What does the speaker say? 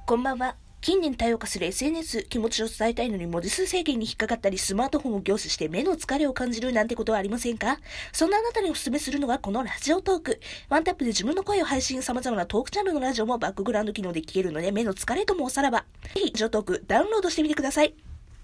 こんばんは。近年多様化する SNS、気持ちを伝えたいのに文字数制限に引っかかったり、スマートフォンを凝視して目の疲れを感じるなんてことはありませんか？そんなあなたにお勧めするのがこのラジオトーク。ワンタップで自分の声を配信、様々なトークチャンネルのラジオもバックグラウンド機能で聞けるので、目の疲れともおさらば。ぜひ、ラジオトークダウンロードしてみてください。